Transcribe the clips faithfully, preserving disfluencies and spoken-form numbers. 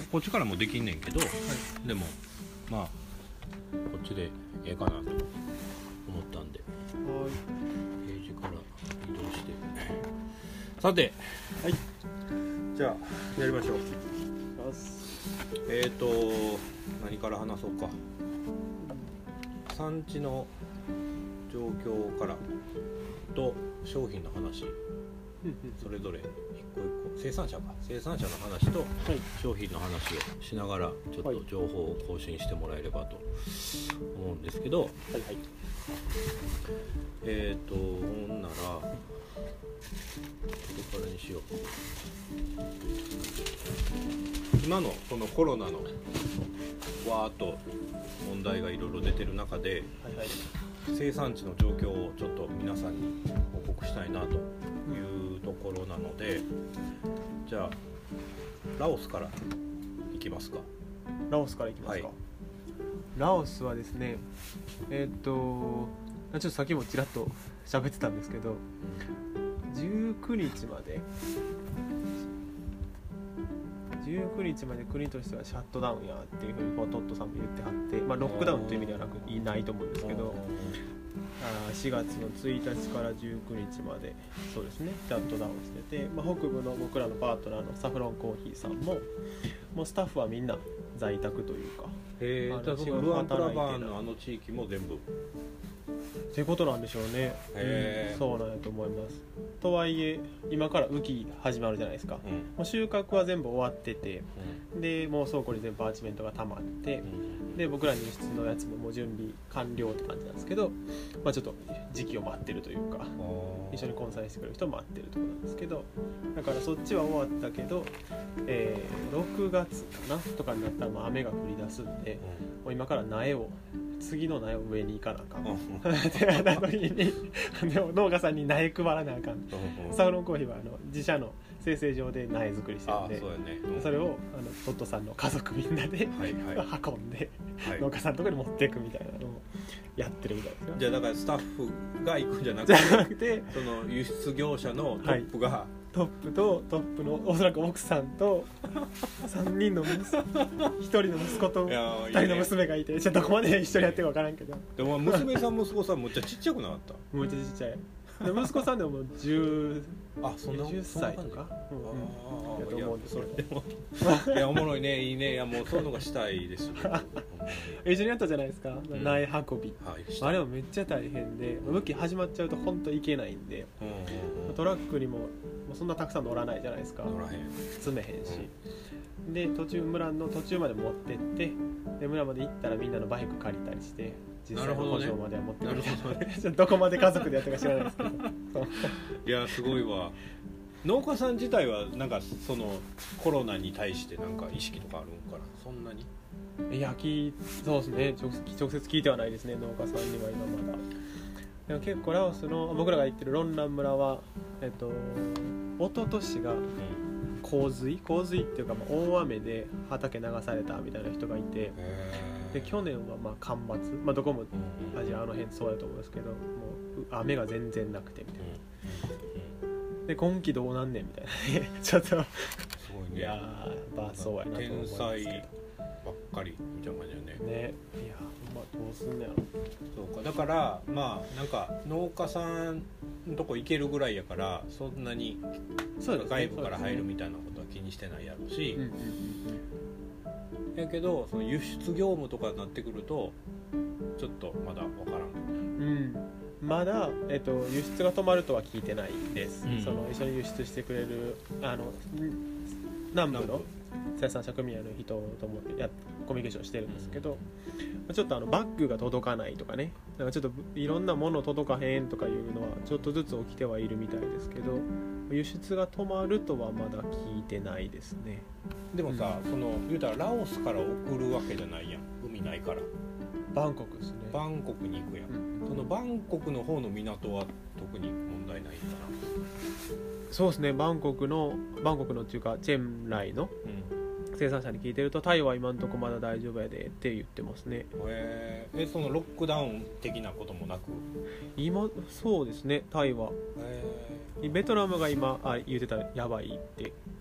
こっちからもできんねんけど、はい、でもまあこっちでええかなと思ったんで、はい、ページから移動してさて、はい、じゃあやりましょう。えーと何から話そうか。産地の状況からと商品の話、それぞれ一個一個生産者か生産者の話と商品の話をしながらちょっと情報を更新してもらえればと思うんですけど、はいはい、えーとほんならどこからにしよう。今のこのコロナのわーっと問題がいろいろ出てる中で、はいはい、生産地の状況をちょっと皆さんに報告したいなというところなので、じゃあラオスからいきますか。 ラオスからいきますか、はい、ラオスはですね、えー、っとちょっとさっきもちらっと喋ってたんですけど、じゅうくにちまでじゅうくにちまで国としてはシャットダウンやっていうふうにトットさんも言ってはって、まあ、ロックダウンという意味ではなくいないと思うんですけど、あしがつのついたちからじゅうくにちまでそうですねシャットダウンしてて、まあ、北部の僕らのパートナーのサフロンコーヒーさんももうスタッフはみんな在宅というか、 へー、そのルアンプラバーンのあの地域も全部ってことなんでしょうね、うん、そうなんやと思います。とはいえ今から雨季始まるじゃないですか、うん、もう収穫は全部終わってて、うん、でもう倉庫に全部パーチメントが溜まって、うん、で僕ら輸出のやつももう準備完了って感じなんですけど、まあ、ちょっと時期を待ってるというか一緒に根菜してくれる人を待ってるところなんですけど、だからそっちは終わったけど、えー、ろくがつかなとかになったらまあ雨が降り出すんで、うん、もう今から苗を次の苗を植えに行かなあかん、うん、でなのにでも農家さんに苗配らなあかん、うん、サフロンコーヒーはあの自社の生成場で苗作りしてるんで、あ、そうやね、うん、それをあのトットさんの家族みんなで、はいはい、運んで、はい、農家さんのところに持っていくみたいなのをやってるみたいですよ。 じゃあだからスタッフが行くんじゃなくて、じゃなくてその輸出業者のトップが、はい、 トップとトップのおそらく奥さんとさんにんの息子ひとりの息子とふたりの娘がいて、ちょっとどこまで一緒にやってるか分からんけど、 でも娘さん息子さんむっちゃちっちゃくなかった？ むっちゃちっちゃい。で息子さんでもじゅう、 あ、そんなじゅっさいとか、 うんうん、やと思うんですけど、いやおもろいね、いいね、いやもうそういうのがしたいですよ一緒にやったじゃないですか、うん、苗運び、はい、あれもめっちゃ大変で、雨季始まっちゃうと本当行けないんで、うんうんうん、トラックにもそんなたくさん乗らないじゃないですか、 乗らへん、 詰めへんし、うん、で途中村の途中まで持ってってで村まで行ったらみんなのバイク借りたりして実際の保証までは持ってくるみたいな、ね、ど, どこまで家族でやったか知らないですけどいやすごいわ。農家さん自体はなんかそのコロナに対してなんか意識とかあるんかな、そんなに。 いや聞そうですね、直, 直接聞いてはないですね、農家さんには今まだ。でも結構ラオスの僕らが行ってるロンラン村は、えっと、一昨年が洪水洪水っていうかまあ大雨で畑流されたみたいな人がいて、で去年はまあ干ばつ、まあ、どこもアジアあの辺そうだと思うんですけど、もう雨が全然なくてみたいな、で今季どうなんねんみたいなねちょっとすごいね、いやーまあそうやなと思いますけど、 天才ばっかりみたいな感じだね。 ね、いやまあどうすんねやろ。 そうか、だからまあなんか農家さんのとこ行けるぐらいやからそんなに外部から入るみたいなことは気にしてないやろうし、うんうんうんうん、やけどその輸出業務とかになってくるとちょっとまだ分からん。 うん、まだ、えっと、輸出が止まるとは聞いてないです、うん、その一緒に輸出してくれるあの南部の生産者組合の人ともやコミュニケーションしてるんですけど、うん、ちょっとあのバッグが届かないとかね、なんかちょっといろんなもの届かへんとかいうのはちょっとずつ起きてはいるみたいですけど、輸出が止まるとはまだ聞いてないですね。 でもさ、うん、その言うたらラオスから送るわけじゃないやん、海ないから。 バンコクですね。 バンコクに行くやん、うん、そのバンコクの方の港は特に問題ないかな。 そうですね、バンコクのバンコクのっていうかチェンライの生産者に聞いてると、タイは今んとこまだ大丈夫やでって言ってますね。 へえ、そのロックダウン的なこともなく今そうですね、タイはベトナムが今あ言ってたらやばいって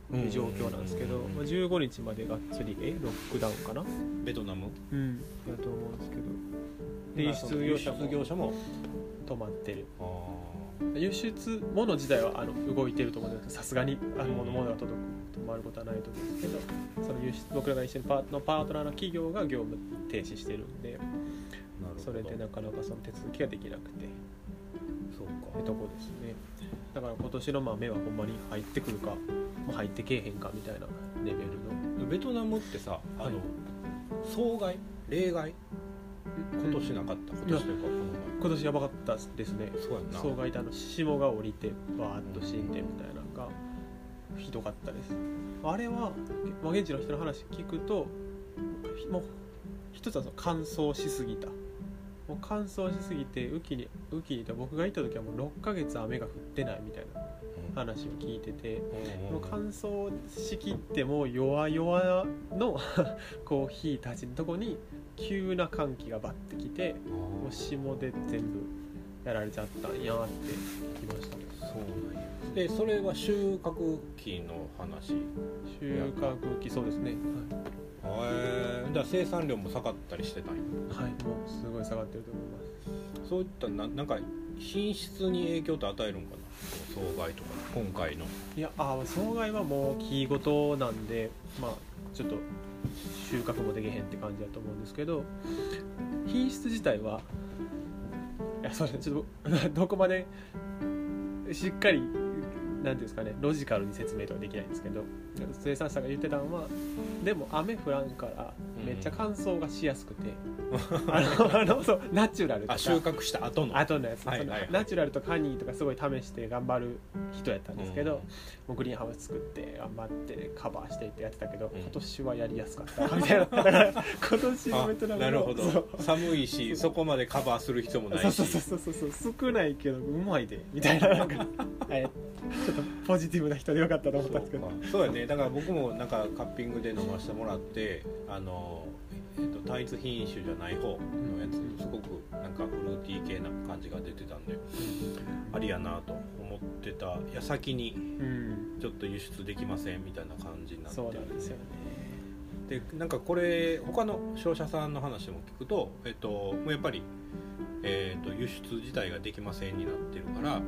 状況なんですけど、まあ、じゅうごにちまでがっつりえロックダウンかな、 ベトナムうんだと思うんですけど、で輸出業者も輸出業者も止まってる。 あ輸出物自体はあの動いてると思うんですけど、さすがにあの物が届く止まることはないと思うんですけど、その輸出僕らが一緒にパーのパートナーの企業が業務停止してるんで、それでなかなかその手続きができなくて、 そうかってとこですね。だから今年の豆はほんまに入ってくるか、まあ、入ってけえへんかみたいなレベルの。 ベトナムってさ、あの、はい、総害例外今年なかった、今年というかこの前今年やばかったですね。 そうやんな。 総害であの霜が降りてバーッと死んでみたいなのがひどかったです。あれは、まあ、現地の人の話聞くと、もう一つはその乾燥しすぎた。もう乾燥しすぎて雨季に雨季に僕が行った時はもうろっかげつ雨が降ってないみたいな話を聞いてて、うん、もう乾燥しきっても弱々のこう火たちのとこに急な寒気がバッてきて、もう霜で全部やられちゃったんやって聞きましたね。 そうなんや。でそれは収穫期の話。 収穫期、そうですね。 はい、へえ。じゃあ生産量も下がったりしてたんや。 はい、もうすごい下がってると思います。 そういったな、なんか品質に影響って与えるんかな、総害とか今回の。 いや、あ、総害はもう木ごとなんで、まあちょっと収穫もできへんって感じだと思うんですけど、品質自体はいや、それちょっとどこまでしっかりなんていうんですかね、ロジカルに説明とかできないんですけど、生産者が言ってたのは、でも雨降らんからめっちゃ乾燥がしやすくて、うん、あのあのそうナチュラルとか、 あ、収穫した後の後のやつ、 はいはいはい、 ナチュラルとカニとかすごい試して頑張る人やったんですけど、うん、もうグリーンハウス作って頑張ってカバーしていってやってたけど、うん、今年はやりやすかったみたいな。だから今年のベトナムの、なるほど、 寒いしそこまでカバーする人もないし、 そうそうそうそうそう、少ないけどうまいでみたいな、なんかはい、ちょっとポジティブな人でよかったと思ったんですけど。 そう、そうやね。だから僕もなんかカッピングで飲ませてもらって、あの、えっと、単一品種じゃない方のやつ、すごくなんかフルーティー系な感じが出てたんで、ありやなと思ってた矢先にちょっと輸出できませんみたいな感じになって、 そうなんですよね。 でなんかこれ他の商社さんの話も聞くと、えっと、もうやっぱり、えっと、輸出自体ができませんになってるから、うん、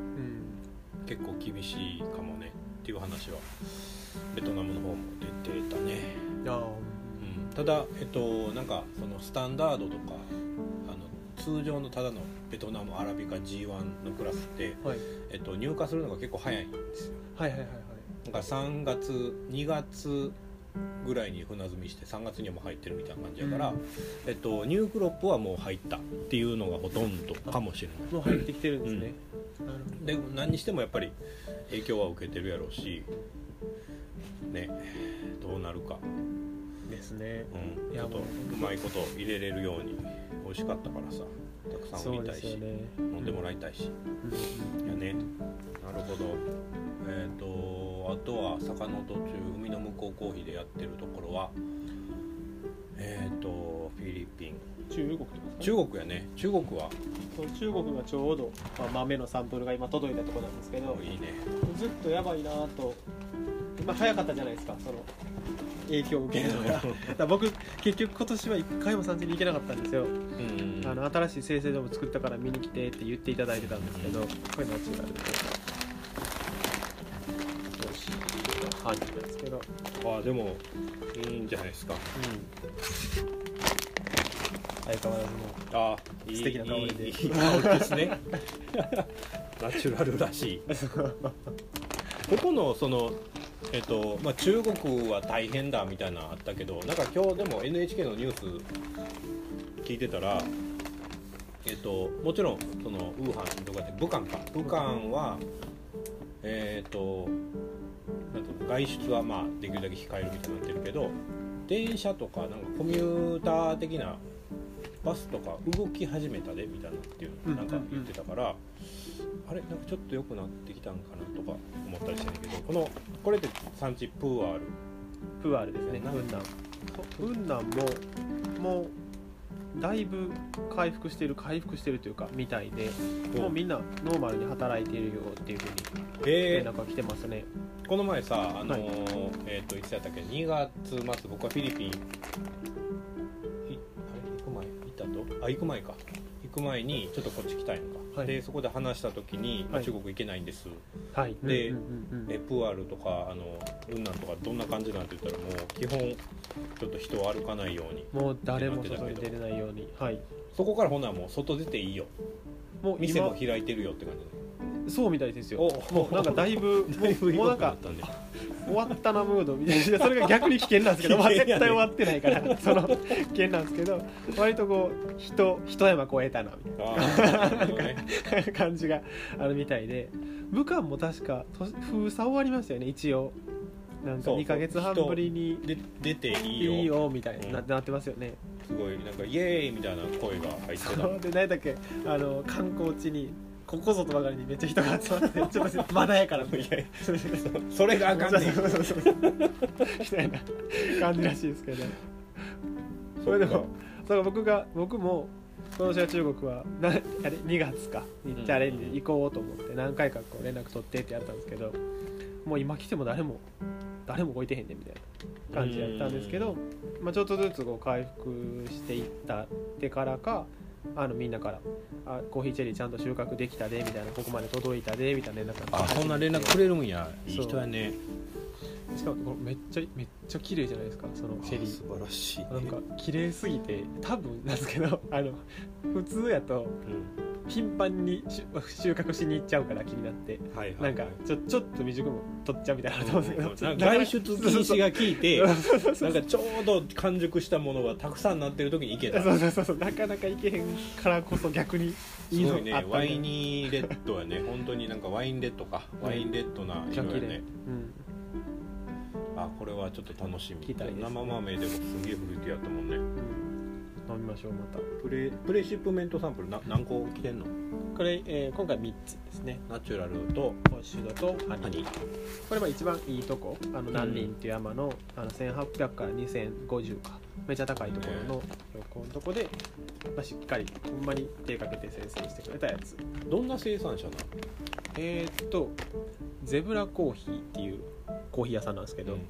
結構厳しいかもねっていう話はベトナムの方も出てたね。あ、うん、ただ、えっと、なんかそのスタンダードとかあの通常のただのベトナムアラビカ ジーワン のクラスって、はい、えっと、入荷するのが結構早いんですよ。 はいはいはいはい。 だからさんがつにがつぐらいに船積みしてさんがつにはもう入ってるみたいな感じだから、うん、えっと、ニュークロップはもう入ったっていうのがほとんどかもしれない。 もう入ってきてるんですね、 うん、なるほど。で何にしてもやっぱり影響は受けてるやろうしね、どうなるかですね、 うん、ちょっとうまいこと入れれるように美味しかったからさ、たくさん売りたいし、ね、飲んでもらいたいし、うん、いやね、なるほど。えーと、あとは坂の途中海の向こうコーヒーでやってるところはえーとフィリピン、 中国とか、 中国やね。中国はそう、中国がちょうど、まあ、豆のサンプルが今届いたところなんですけど、 いいね、 ずっとやばいなと、まあ、早かったじゃないですか、その影響を受けるのが。だから僕結局今年はいっかいも産地に行けなかったんですよ。うん、あの新しい生成ドーム作ったから見に来てって言っていただいてたんですけど、これナチュラルでハニーなんですけど、 ああ、でもいいんじゃないですか、うん、 相変わらずのあいい素敵な香りで、いい香りですね。ナチュラルらしい。ここのそのえっとまあ、中国は大変だみたいなのあったけど、なんか今日でも エヌエイチケー のニュース聞いてたら、えっと、もちろんそのウーハンとかって武漢か武漢はえっとなんていうの、外出はまあできるだけ控えるみたいになってるけど、電車とかなんかコミューター的なバスとか動き始めたでみたいなっていうのなんか言ってたから、うんうんうん、あれなんかちょっと良くなってきたんかなとか思ったりしてるけど、このこれって産地プーアールプーアールですね。雲南雲南ももうだいぶ回復してる回復してるというかみたいで、もうみんなノーマルに働いているよっていうふうに連絡が来てますね。 えー、この前さ、あのーはい、えっ、ー、といつやったっけ、にがつまつ僕はフィリピンいあれ行く前行ったとあ行く前か行く前にちょっとこっち来たんやんか、はい、でそこで話した時に、まあ、中国行けないんです、はい、で、うんうんうん、えプアールとかあの雲南とかどんな感じなんて言ったらもう基本ちょっと人を歩かないように、 もう誰も外に出れないように、はい、 そこからほなもう外出ていいよ、もう店も開いてるよって感じで、そうみたいですよ。もうなんかだいぶだいぶもうなんか終わったなムードみたいな、それが逆に危険なんですけど、まあ、絶対終わってないからその危険なんですけど、割とこう人一山越えたなみたいな、ね、感じがあるみたいで、武漢も確か封鎖終わりましたよね一応。なんかにかげつはんぶりに出ていいよいいよみたいに な,、うん、なってますよね。 すごいなんかイエーイみたいな声が入ってた。 そうで何だっけ、あの観光地にここぞとばかりにめっちゃ人が集まってちょっとまだやからみたいなそれがあかんねんみたいな感じらしいですけど、それでもそれ僕が僕も今年は中国はなあれにがつかにチャレンジ行こうと思って何回かこう連絡取ってってやったんですけど、もう今来ても誰も誰も動いてへんねんみたいな感じやったんですけど、まあ、ちょっとずつこう回復していったってからか、あのみんなからあコーヒーチェリーちゃんと収穫できたでみたいな、ここまで届いたでみたいな連絡が、 あそんな連絡くれるんや、いい人やね。 しかもめっちゃめっちゃ綺麗じゃないですか、そのチェリー。 素晴らしい、ね、 なんか綺麗すぎて多分なんですけど、あの普通やと、うん頻繁に収穫しに行っちゃうから気になって、はいはいはい、なんかちょ、ちょっと未熟も取っちゃうみたいなのあると思うんですけど、 外出禁止が効いてなんかちょうど完熟したものがたくさんなってる時に行けた。 そうそうそう、なかなか行けへんからこそ逆にいいのあったね。 すごいね、ワイニーレッドやね本当になんかワインレッドか、ワインレッドな色やね、うん、あこれはちょっと楽しみ、ね、生豆でもすげえフルーティーやったもんね、うん飲みましょう。またプレプレシップメントサンプルな何個来てんの？ これ、えー、今回みっつですね。 ナチュラルとポッシュドとハニー。これは一番いいとこ、あの南林っていう山の、あのせんはっぴゃくからにせんごじゅうか、めちゃ高いところの標高のとこで、まあ、しっかりほんまに手かけて生成してくれたやつ。 どんな生産者なの？ えー、っとゼブラコーヒーっていうコーヒー屋さんなんですけど、も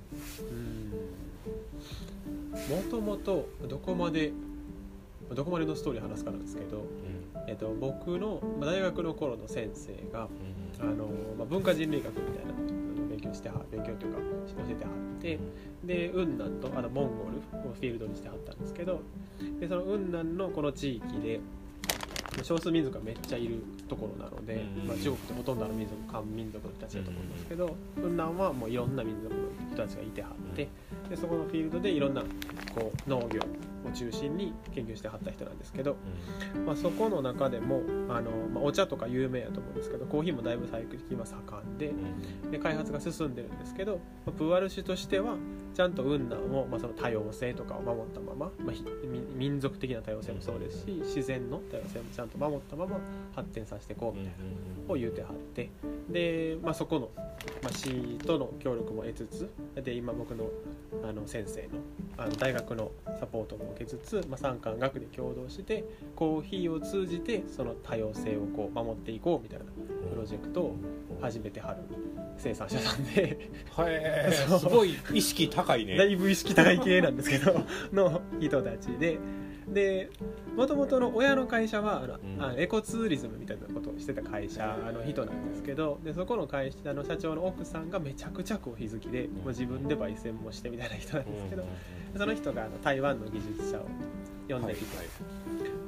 ともとどこまでどこまでのストーリー話すかなんですけど、うんえっと、僕の大学の頃の先生が、うんあのまあ、文化人類学みたいな勉強しては勉強というか教えてはって、うん、で雲南とあのモンゴルをフィールドにしてはったんですけど、でその雲南のこの地域で少数民族がめっちゃいるところなので、うんまあ、中国ってほとんどの民族漢民族の人たちだと思うんですけど、雲南はもういろんな民族の人たちがいてはって、でそこのフィールドでいろんなこう農業を中心に研究してはった人なんですけど、うんまあ、そこの中でもあの、まあ、お茶とか有名やと思うんですけど、コーヒーもだいぶ最近は盛ん で,、うん、で開発が進んでるんですけど、まあ、プーアル種としてはちゃんと雲南を、まあ、その多様性とかを守ったまま、まあ、民族的な多様性もそうですし、自然の多様性もちゃんと守ったまま発展させていこうみたいなのを言うてはって、で、まあ、そこの、まあ、市との協力も得つつで、今僕の、あの先生の、あの大学のサポートも受けつつ、まあ、産官学で共同してコーヒーを通じてその多様性をこう守っていこうみたいなプロジェクトを始めてはる生産者さんでへすごい意識高いね。 だいぶ意識高い系なんですけどの人たちで、で元々の親の会社はあの、うん、あのエコツーリズムみたいなことをしてた会社の人なんですけど、でそこの会社の社長の奥さんがめちゃくちゃコーヒー好きで、もう自分で焙煎もしてみたいな人なんですけど、その人があの台湾の技術者を呼んできて、はいはい、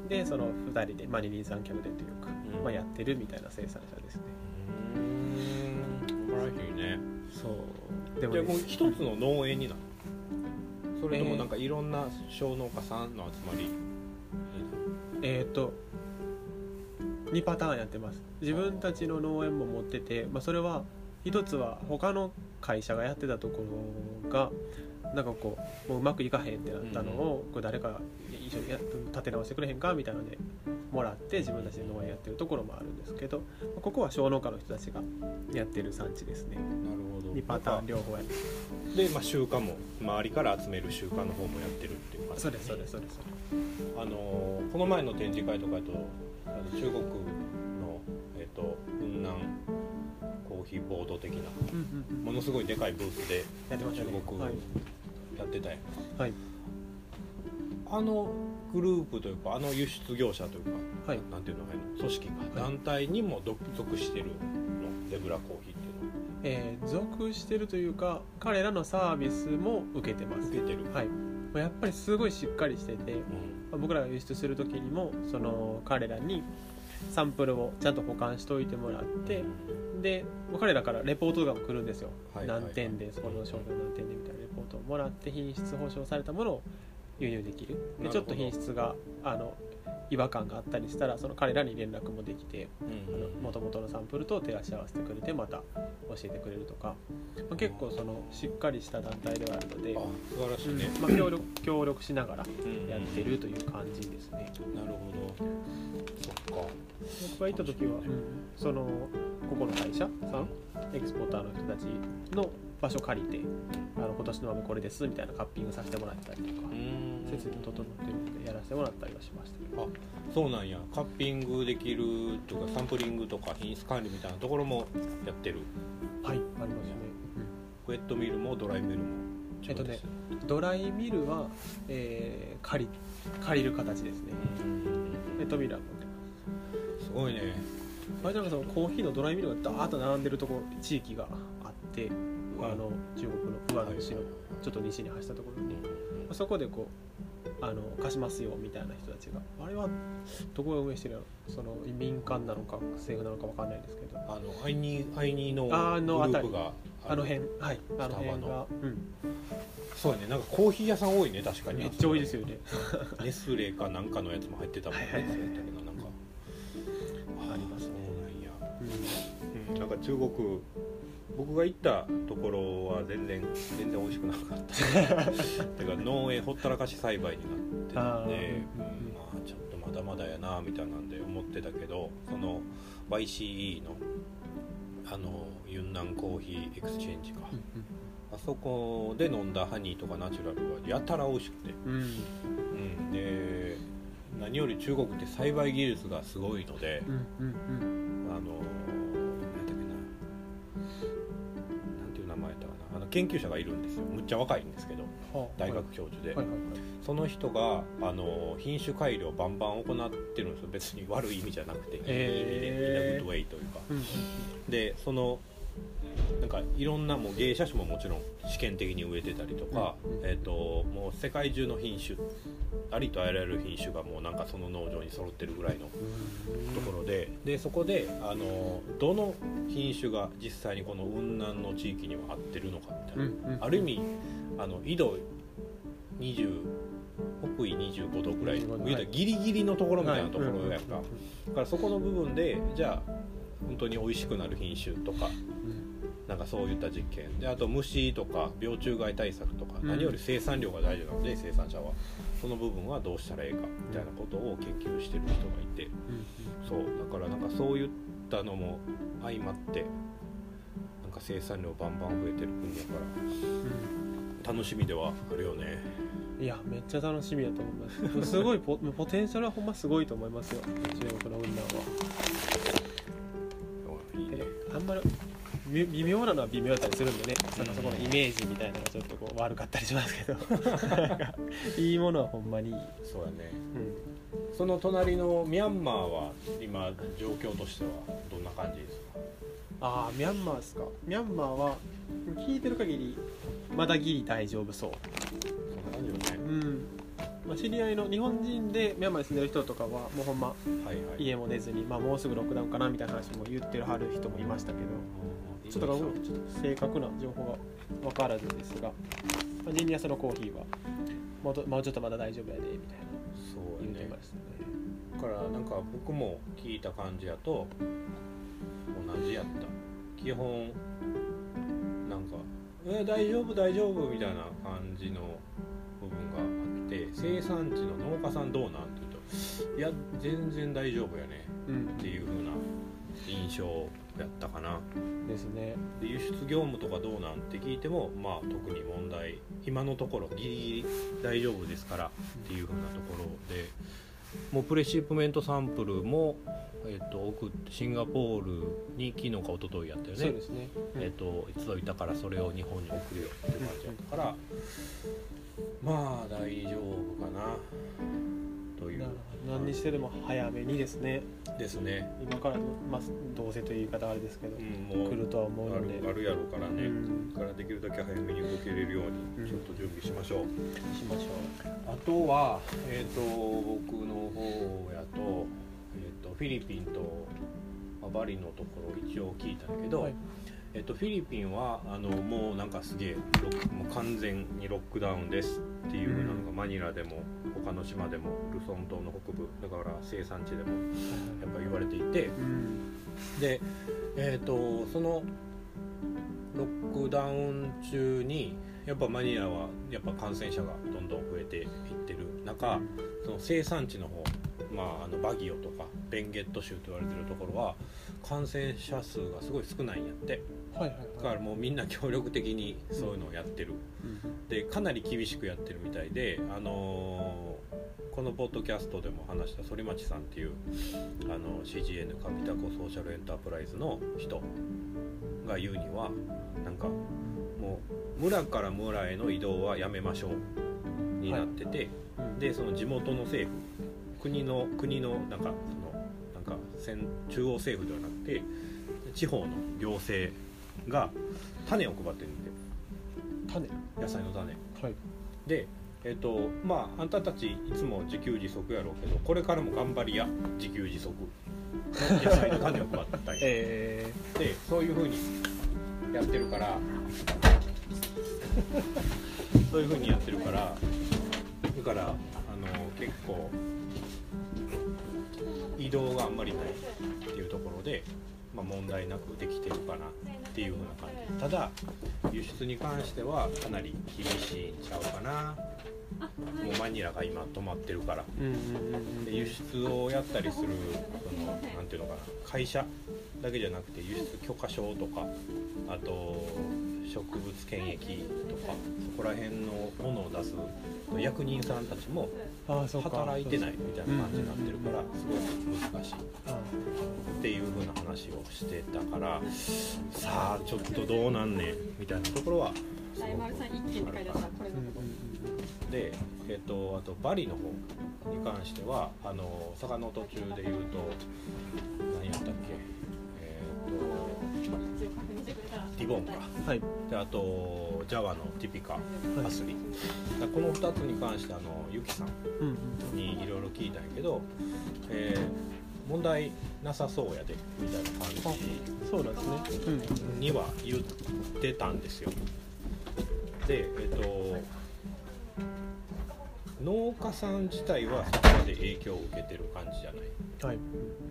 でそのふたりで、まあ、二人三脚でというか、うんまあ、やってるみたいな生産者ですね。 うーん素晴らしいね。 そうでも、 ね、もう一つの農園になる、それともなんかいろんな小農家さんの集まり？ えー、っとにパターンやってます。自分たちの農園も持ってて、まあ、それは一つは他の会社がやってたところがなんかこうもううまくいかへんってなったのを、こう誰か一緒にや立て直してくれへんかみたいなのでもらって自分たちで農園やってるところもあるんですけど、ここは小農家の人たちがやってる産地ですね。 なるほど。 にパターン両方やる。 で、まあ、集荷も周りから集める集荷の方もやってるっていう感じ、 そうですそうですそうです。 あのー、この前の展示会とかだとあの中国の、えー、と雲南コーヒーボード的な、うんうんうん、ものすごいでかいブースで中国やってたやん、はい、あのグループというかあの輸出業者というか、はい、なんていうのかな組織が団体にも属してるの、ゼブラコーヒーっていうのは、 えー、属してるというか彼らのサービスも受けてます。 受けてる、はい、 やっぱりすごいしっかりしてて、うん、僕らが輸出する時にもその彼らにサンプルをちゃんと保管しておいてもらって、うん、で彼らからレポートとかも来るんですよ、はいはいはい、何点でそこの商品何点でみたいなレポートをもらって品質保証されたものを輸入できる。でちょっと品質があの違和感があったりしたらその彼らに連絡もできて、もともとのサンプルと照らし合わせてくれてまた教えてくれるとか、まあ、結構そのしっかりした団体ではあるので、 あ素晴らしいね、 うんまあ、協力、協力しながらやってるという感じですね、 うん、なるほど。そっか、 僕が行った時は、うん、そのここの会社さんエキスポーターの人たちの場所借りて、あの今年の豆これですみたいなカッピングさせてもらったりとか、設備整ってるのでやらせてもらったりはしました。 あ、そうなんや。カッピングできるとかサンプリングとか品質管理みたいなところもやってる。 はい、ありますね、 うん、ウェットミルもドライミルもえっとねドライミルは、えー、借り借りる形ですね。ウェットミルは持ってます。 すごいね。 あれなんかそのコーヒーのドライミルがダーッと並んでるところ地域があって、あの中国の上野市のちょっと西に走ったところに、そこでこうあの貸しますよみたいな人たちが、あれはどこが運営してるの、その民間なのか政府なのか分かんないですけど、 あのアイニーアイニーのグループがあの辺、はい、あの辺が、うん、 そうやね。なんかコーヒー屋さん多いね、確かに。 めっちゃ多いですよね。 ネスレかなんかのやつも入ってたもんね。はいはいはい、なんかありますね。 うん、なんか中国僕が行ったところは全然全然美味しくなかったてか農園ほったらかし栽培になってたんで、うん、まあちょっとまだまだやなみたいなんで思ってたけど、その ワイシーイー のあのユンナンコーヒーエクスチェンジか、うんうん、あそこで飲んだハニーとかナチュラルがやたら美味しくて、うんうん、で何より中国って栽培技術がすごいので、うんうんうん、あの研究者がいるんですよ。むっちゃ若いんですけど、はあ、大学教授で、はいはいはいはい、その人があの品種改良をバンバン行ってるんですよ。別に悪い意味じゃなくて、えー、いい意味でイナグッドウェイというか、うんうん、でそのなんかいろんなもう芸者種ももちろん試験的に植えてたりとか、うんうん、えーと、もう世界中の品種ありとあらゆる品種がもうなんかその農場に揃ってるぐらいのところで、でそこであのどの品種が実際にこの雲南の地域には合ってるのかみたいな、うんうん、ある意味あの緯度にじゅう北緯にじゅうごどぐらい、はい、ギリギリのところみたいなところやんか、はい、だからそこの部分でじゃあ本当に美味しくなる品種とか、なんかそういった実験で、あと虫とか病虫害対策とか、うん、何より生産量が大事なので生産者はその部分はどうしたらいいかみたいなことを研究してる人がいて、うん、そうだからなんかそういったのも相まってなんか生産量バンバン増えてる国だから、うん、楽しみではあるよね。 いやめっちゃ楽しみだと思います。すごい ポ, ポテンシャルはほんますごいと思いますよ、中国の雲南は。いいね、あんまり微妙なのは微妙だったりするんでね、うん、そこのイメージみたいなのがちょっとこう悪かったりしますけどいいものはほんまにいい。 そうやね、うん、その隣のミャンマーは今状況としてはどんな感じですか？ ああミャンマーですか。ミャンマーは聞いてる限りまだギリ大丈夫そう。 そんな感じよね。うんまあ、知り合いの日本人でミャンマーに住んでる人とかはもうほんま家も出ずに、まあ、もうすぐロックダウンかなみたいな話も言ってるはる人もいましたけど、ちょっとちょっと正確な情報が分からずですが、まあ、ジンニアスのコーヒーはもう, もうちょっとまだ大丈夫やでみたいな言ってましたね。 だからなんか僕も聞いた感じやと同じやった。基本なんかえ大丈夫大丈夫みたいな感じの部分があって、生産地の農家さんどうなんって言うといや全然大丈夫やね、うん、っていう風な印象やったかなですね。 で輸出業務とかどうなんて聞いても、まあ、特に問題今のところギリギリ大丈夫ですからっていう風なところで、もうプレシップメントサンプルも、えー、と送ってシンガポールに昨日か一昨日やったよね。 そうですね、 うんえー、と届いたからそれを日本に送るよって感じだったから、まあ大丈夫かなという。 何にしてでも早めにですね。 ですね。 今から、まあ、どうせという言い方はあれですけど、うん、もう来るとは思うのである、あるやろうからね、うん、からできるだけ早めに動けれるようにちょっと準備しましょう、うん、 しましょう。あとは、えー、と僕の方やと、えー、とフィリピンと、まあ、バリのところ一応聞いたんだけど、はいえっと、フィリピンはあのもうなんかすげえもう完全にロックダウンですっていうのが、うん、マニラでも他の島でもルソン島の北部だから生産地でもやっぱ言われていて、うん、で、えっと、そのロックダウン中にやっぱマニラはやっぱ感染者がどんどん増えていってる中、うん、その生産地の方まあ、あのバギオとかベンゲット州と言われてるところは感染者数がすごい少ないんやって、はいはいはい、だからもうみんな協力的にそういうのをやってる、うん、でかなり厳しくやってるみたいで、あのー、このポッドキャストでも話した反町さんっていうあの シージーエヌ カピタコソーシャルエンタープライズの人が言うにはなんかもう村から村への移動はやめましょうになってて、はい、でその地元の政府国の国のなんかそのなんか中央政府ではなくて地方の行政が種を配ってるんで、 種野菜の種、 はい、 でえっとまああんたたちいつも自給自足やろうけどこれからも頑張りや自給自足の野菜の種を配ったり、えー、でそういう風にやってるからそういう風にやってるからだからあの結構移動があんまりないっていうところで、まあ、問題なくできてるかなっていう風な感じ。ただ輸出に関してはかなり厳しいんちゃうかな。もうマニラが今止まってるから、で輸出をやったりするそのなんていうのかな会社だけじゃなくて輸出許可証とかあと植物検疫とかそこら辺のものを出す役人さんたちも働いてないみたいな感じになってるからすごく難しいっていう風な話をしてたから、さあちょっとどうなんねんみたいなところはすごくあるかな。で、えっと、あとバリの方に関してはあの坂の途中で言うと何やったっけ、えっとディボンか、はい、であとジャワのティピカアスリ、はい、このふたつに関してあのユキさんにいろいろ聞いたんやけど、えー、問題なさそうやでみたいな感じそうなんですね、 うん、には言ってたんですよ。でえっと農家さん自体はそこまで影響を受けてる感じじゃない、はい、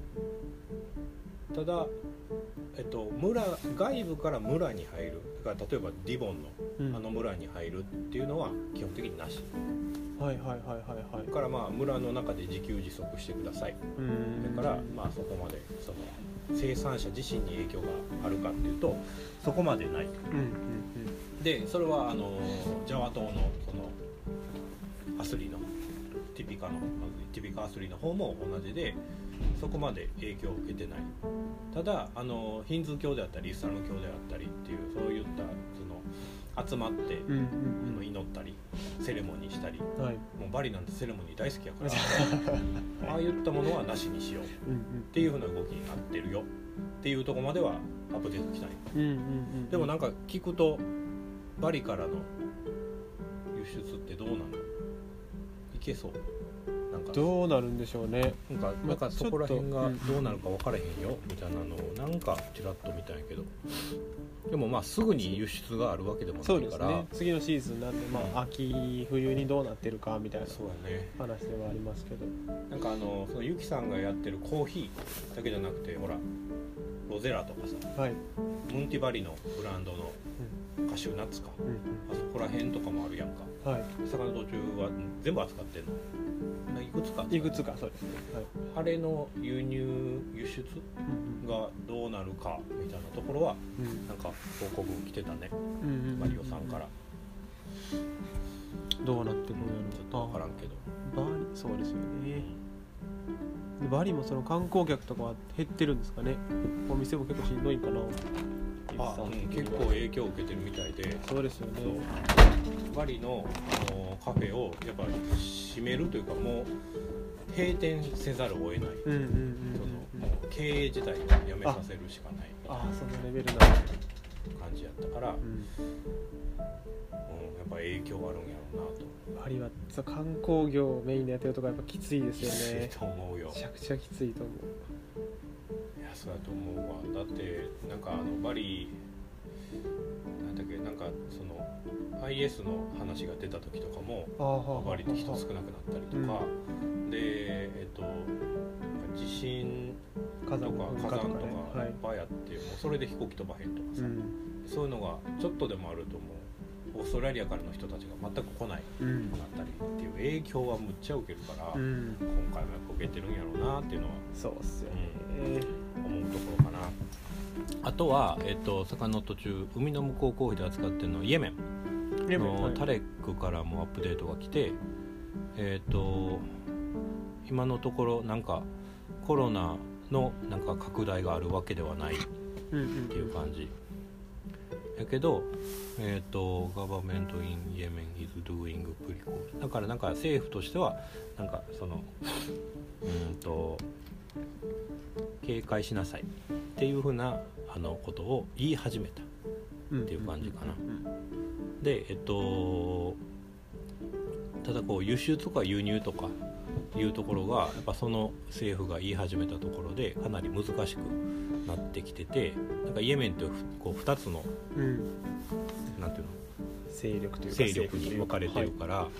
ただ、えっと、村外部から村に入るだから例えばディボンのあの村に入るっていうのは基本的になし、 うん、はいはいはいはいはいだからまあ村の中で自給自足してください。うんだからまあそこまでその生産者自身に影響があるかっていうとそこまでない、うんうんうん、でそれはあのジャワ島のそのアスリのティピカのティピカアスリの方も同じでそこまで影響を受けてない。ただあのヒンズー教であったりイスラム教であったりっていうそういったその集まって、うんうんうん、祈ったりセレモニーしたり、はい、もうバリなんてセレモニー大好きやからああいったものはなしにしようっていう風な動きになってるよっていうところまではアップデートきたい、うんうんうん、でもなんか聞くとバリからの輸出ってどうなのいけそうなんかどうなるんでしょうね。 なんか、なんかそこら辺がどうなるか分からへんよみたいなのをなんかちらっと見たんやけど、でもまあすぐに輸出があるわけでもないから、そうですね、 次のシーズンになって、まあ、秋冬にどうなってるかみたいな話ではありますけど、 なんかあのそのユキさんがやってるコーヒーだけじゃなくてほらロゼラとかさ、はい、ムンティバリのブランドのカシューナッツか、 うんうん、 あそこら辺とかもあるやんか、 はい、 魚途中は全部扱ってんのいくつかいくつかそうですね、はい、 あれの輸入輸出がどうなるかみたいなところは、うん、なんか報告来てたね、うんうんうん、マリオさんからどうなってくるのちょっと分からんけどバリそうですよね。バリもその観光客とかは減ってるんですかね。お店も結構しんどいかな。 あ、うん、結構影響を受けてるみたいで。 そうですよね。 バリの、あのカフェをやっぱ閉めるというかもう閉店せざるを得ない、うんうんうんうん、そのもう経営自体をやめさせるしかないみたいな、 ああそのレベルな感じやったから、うんうん、やっぱ影響あるんやろうなと。 バリは観光業をメインでやってるとかやっぱきついですよね。 きついと思うよ。 めちゃくちゃきついと思う。 いやそうだと思うわ。だってなんかあのバリなんだっけなんかその アイエス の話が出た時とかもバリって人少なくなったりとか、うん、でえっと地震とか火山とかいっぱいあって、もうそれで飛行機飛ばへんとかさ、うん、そういうのがちょっとでもあると思う。オーストラリアからの人たちが全く来ないくなったりっていう影響はむっちゃ受けるから、うん、今回もやっぱ受けてるんやろうなっていうのはそうっすよね、 うん、思うところかな。あとは、えっと、魚の途中海の向こうコーヒーで扱ってるのはイエメンのタレックからもアップデートが来て、えっと今のところなんかコロナのなんか拡大があるわけではないっていう感じやけど、えーと、Government in Yemen is doing pretty good。だからなんか政府としてはなんかそのうんと警戒しなさいっていう風なあのことを言い始めたっていう感じかな。で、えっとただこう輸出とか輸入とかいうところがやっぱその政府が言い始めたところでかなり難しくなってきてて、なんかイエメンってこうふたつの、うん、なんていうの勢力というか勢力に分かれてるから、はい、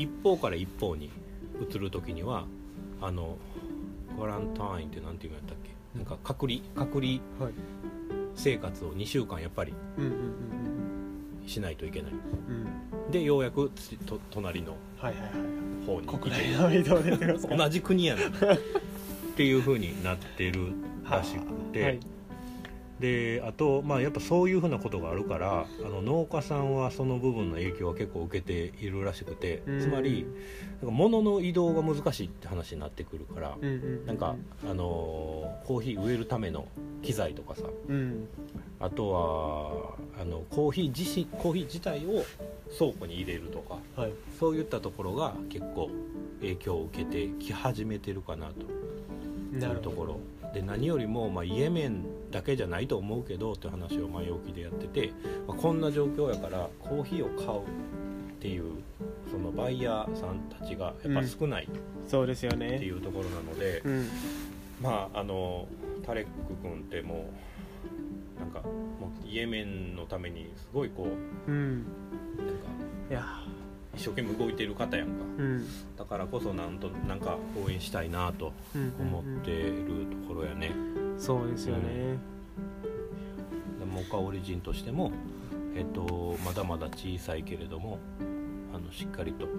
一方から一方に移るときにはあのクアランタインってなんていうんやったっけ、なんか隔離隔離生活をにしゅうかんやっぱりしないといけない、うん、でようやくと隣の方に国内の移動で同じ国やねんっていう風になってるらしくて、はい、であと、まあ、やっぱそういう風なことがあるからあの農家さんはその部分の影響は結構受けているらしくて、つまりなんか物の移動が難しいって話になってくるから、うんうん、なんか、あのー、コーヒー植えるための機材とかさ、うん、あとはあのコーヒー自身コーヒー自体を倉庫に入れるとか、はい、そういったところが結構影響を受けてき始めてるかなというところで、何よりも、まあ、イエメンだけじゃないと思うけどって話を前置きでやってて、まあ、こんな状況やからコーヒーを買うっていうそのバイヤーさんたちがやっぱ少ない、うん、そうですよねっていうところなので、うん、まああのタレック君ってもうなんかもうイエメンのためにすごいこう、うん、なんかいや一生懸命動いてる方やんか、うん、だからこそなんとなんか応援したいなと思ってるところやね、 うんうん、そうですよね、 うん、モカオリジンとしても、えっと、まだまだ小さいけれどもあのしっかりと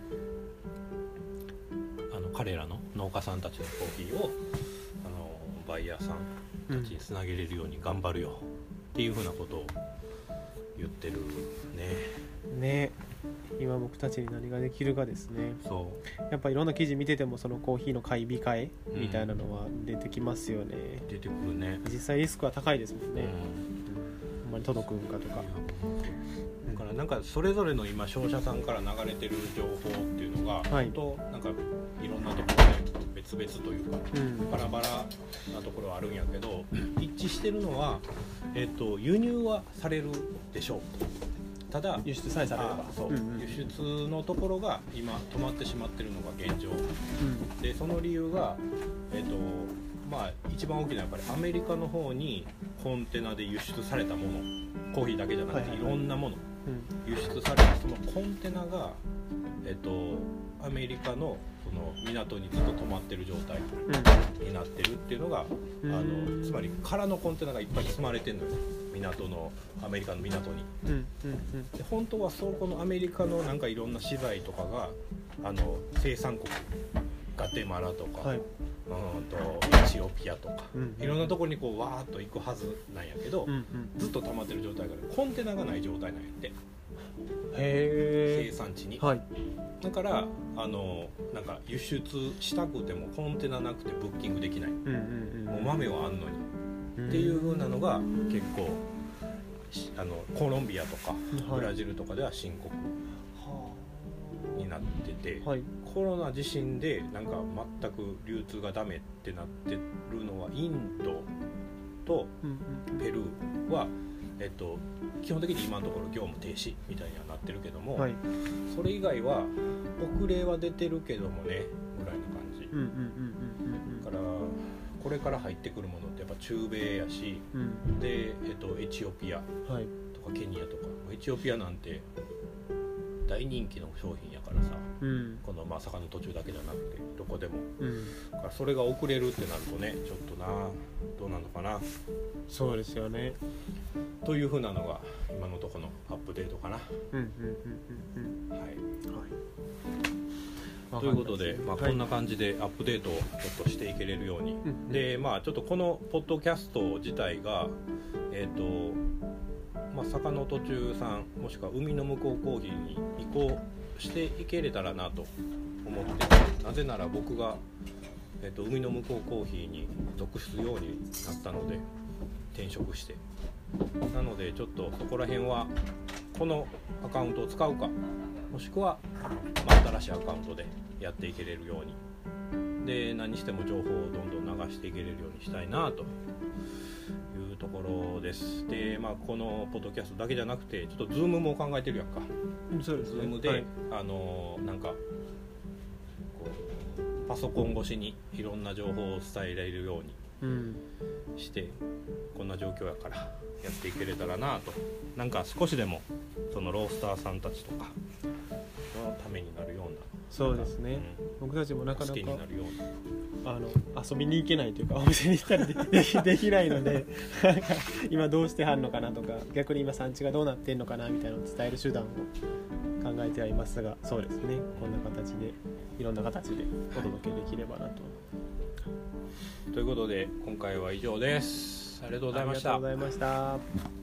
あの彼らの農家さんたちのコーヒーをあのバイヤーさんたちにつなげれるように頑張るよっていうふうなことを言ってるね。 ね、今僕たちに何ができるかですね。そうやっぱいろんな記事見ててもそのコーヒーの買い控えみたいなのは出てきますよね、 うん、出てくるね。 実際リスクは高いですもんね、うん、あんまり届くんかとか。 だからなんかそれぞれの今商社さんから流れてる情報っていうのが、はい、本当なんかいろんなところで別々というか、うん、バラバラなところはあるんやけど、一致してるのは、えっと、輸入はされるでしょう。ただ輸出さえされればそう、うんうん、輸出のところが今止まってしまってるのが現状、うん、でその理由が、えっとまあ、一番大きなやっぱりアメリカの方にコンテナで輸出されたもの、コーヒーだけじゃなくていろんなもの、はいはいはい、輸出されたそのコンテナが、えっと、アメリカのその港にずっと止まってる状態になってるっていうのが、うん、あのつまり空のコンテナがいっぱい積まれてるのよ。 港のアメリカの港に、 うんうんうん、 で本当はそこのアメリカのなんかいろんな資材とかがあの生産国ガテマラとか、はい、うんとエチオピアとか、うんうん、いろんなところにこうわーっと行くはずなんやけど、うんうん、ずっと溜まってる状態からコンテナがない状態なんやって。 へ生産地に、 はい、 だからあのなんか輸出したくてもコンテナなくてブッキングできない、うんうんうん、もう豆はあんのにっていう風なのが結構あのコロンビアとかブラジルとかでは深刻になってて、はい、コロナ自身でなんか全く流通がダメってなってるのはインドとペルーは、えっと、基本的に今のところ業務停止みたいにはなってるけども、はい、それ以外は遅れは出てるけどもねぐらいの感じ、うんうんうんうん、だからこれから入ってくるものってやっぱ中米やし、うん、で、えっと、エチオピアとかケニアとか、エチオピアなんて大人気の商品やからさ、うん、このまあ坂の途中だけじゃなくてどこでも、うん、だからそれが遅れるってなるとねちょっとなどうなのかな。 そうですよねというふうなのが今のところのアップデートかな。 うんうんうんうんはい、 はい、ということで、まあ、こんな感じでアップデートをちょっとしていけれるように、はい、でまあちょっとこのポッドキャスト自体がえっとまあ、坂の途中さんもしくは海の向こうコーヒーに移行していけれたらなと思ってて、なぜなら僕が、えー、と海の向こうコーヒーに属するようになったので転職して、なのでちょっとそこら辺はこのアカウントを使うかもしくはまあ新しいアカウントでやっていけれるようにで何しても情報をどんどん流していけれるようにしたいなというところです。で、まあ、このポッドキャストだけじゃなくてちょっとズームも考えてるやんか。 そうですね。 ズームで、はい、あのなんかこうパソコン越しにいろんな情報を伝えられるようにして、うん、こんな状況やからやっていけれたらなと、なんか少しでもそのロースターさんたちとかのためになるような。 そうですね、うん、僕たちもなかなか好きになるようなあの遊びに行けないというかお店に行ったり で, できないのでなんか今どうしてはんのかなとか逆に今産地がどうなってんのかなみたいなのを伝える手段を考えてはいますが、そうですね、こんな形でいろんな形でお届けできればなと、はい、 ということで今回は以上です。ありがとうございました。 ありがとうございました。